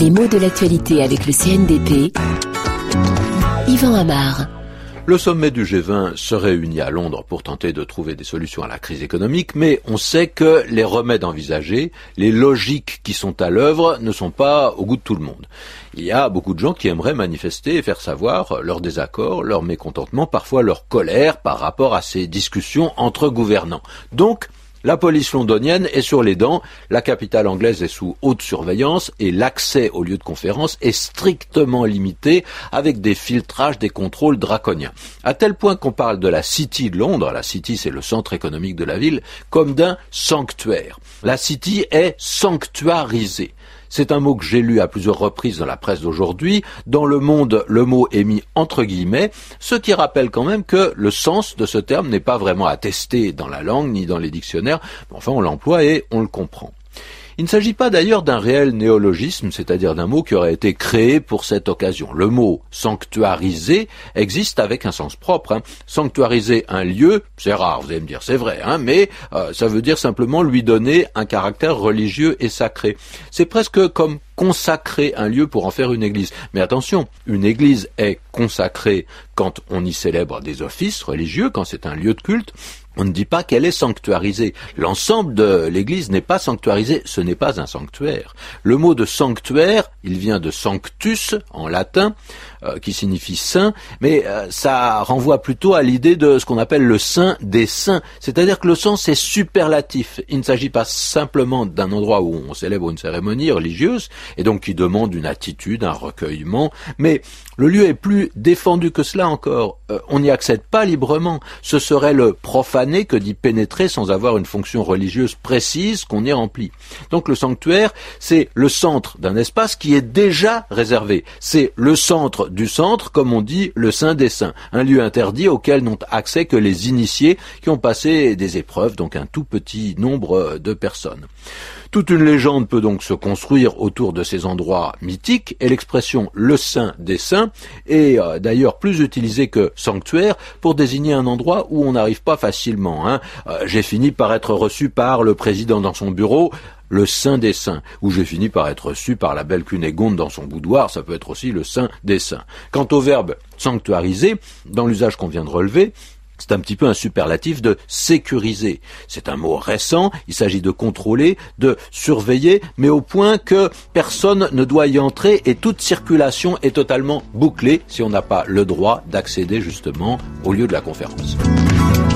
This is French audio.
Les mots de l'actualité avec le CNDP. Yvan Amar. Le sommet du G20 se réunit à Londres pour tenter de trouver des solutions à la crise économique, mais on sait que les remèdes envisagés, les logiques qui sont à l'œuvre ne sont pas au goût de tout le monde. Il y a beaucoup de gens qui aimeraient manifester et faire savoir leur désaccord, leur mécontentement, parfois leur colère par rapport à ces discussions entre gouvernants. Donc, la police londonienne est sur les dents, la capitale anglaise est sous haute surveillance et l'accès aux lieux de conférence est strictement limité avec des filtrages, des contrôles draconiens. À tel point qu'on parle de la City de Londres, la City c'est le centre économique de la ville, comme d'un sanctuaire. La City est sanctuarisée. C'est un mot que j'ai lu à plusieurs reprises dans la presse d'aujourd'hui. Dans Le Monde, le mot est mis entre guillemets, ce qui rappelle quand même que le sens de ce terme n'est pas vraiment attesté dans la langue ni dans les dictionnaires, mais enfin on l'emploie et on le comprend. Il ne s'agit pas d'ailleurs d'un réel néologisme, c'est-à-dire d'un mot qui aurait été créé pour cette occasion. Le mot sanctuariser existe avec un sens propre. Sanctuariser un lieu, c'est rare, vous allez me dire, c'est vrai, mais ça veut dire simplement lui donner un caractère religieux et sacré. C'est presque comme consacrer un lieu pour en faire une église. Mais attention, une église est consacrée quand on y célèbre des offices religieux, quand c'est un lieu de culte. On ne dit pas qu'elle est sanctuarisée. L'ensemble de l'église n'est pas sanctuarisé, ce n'est pas un sanctuaire. Le mot de sanctuaire, il vient de sanctus en latin, qui signifie saint, mais ça renvoie plutôt à l'idée de ce qu'on appelle le saint des saints. C'est-à-dire que le sens est superlatif. Il ne s'agit pas simplement d'un endroit où on célèbre une cérémonie religieuse, et donc qui demande une attitude, un recueillement, mais le lieu est plus défendu que cela encore. On n'y accède pas librement. Ce serait le profaner que d'y pénétrer sans avoir une fonction religieuse précise qu'on y remplit. Donc le sanctuaire, c'est le centre d'un espace qui est déjà réservé. C'est le centre du centre, comme on dit, le saint des saints. Un lieu interdit auquel n'ont accès que les initiés qui ont passé des épreuves, donc un tout petit nombre de personnes. Toute une légende peut donc se construire autour de ces endroits mythiques et l'expression « le saint des saints » est d'ailleurs plus utilisée que « sanctuaire » pour désigner un endroit où on n'arrive pas facilement. J'ai fini par être reçu par le président dans son bureau, le saint des saints, ou j'ai fini par être reçu par la belle Cunégonde dans son boudoir, ça peut être aussi le saint des saints. Quant au verbe « sanctuariser », dans l'usage qu'on vient de relever, c'est un petit peu un superlatif de sécuriser. C'est un mot récent, il s'agit de contrôler, de surveiller, mais au point que personne ne doit y entrer et toute circulation est totalement bouclée si on n'a pas le droit d'accéder justement au lieu de la conférence.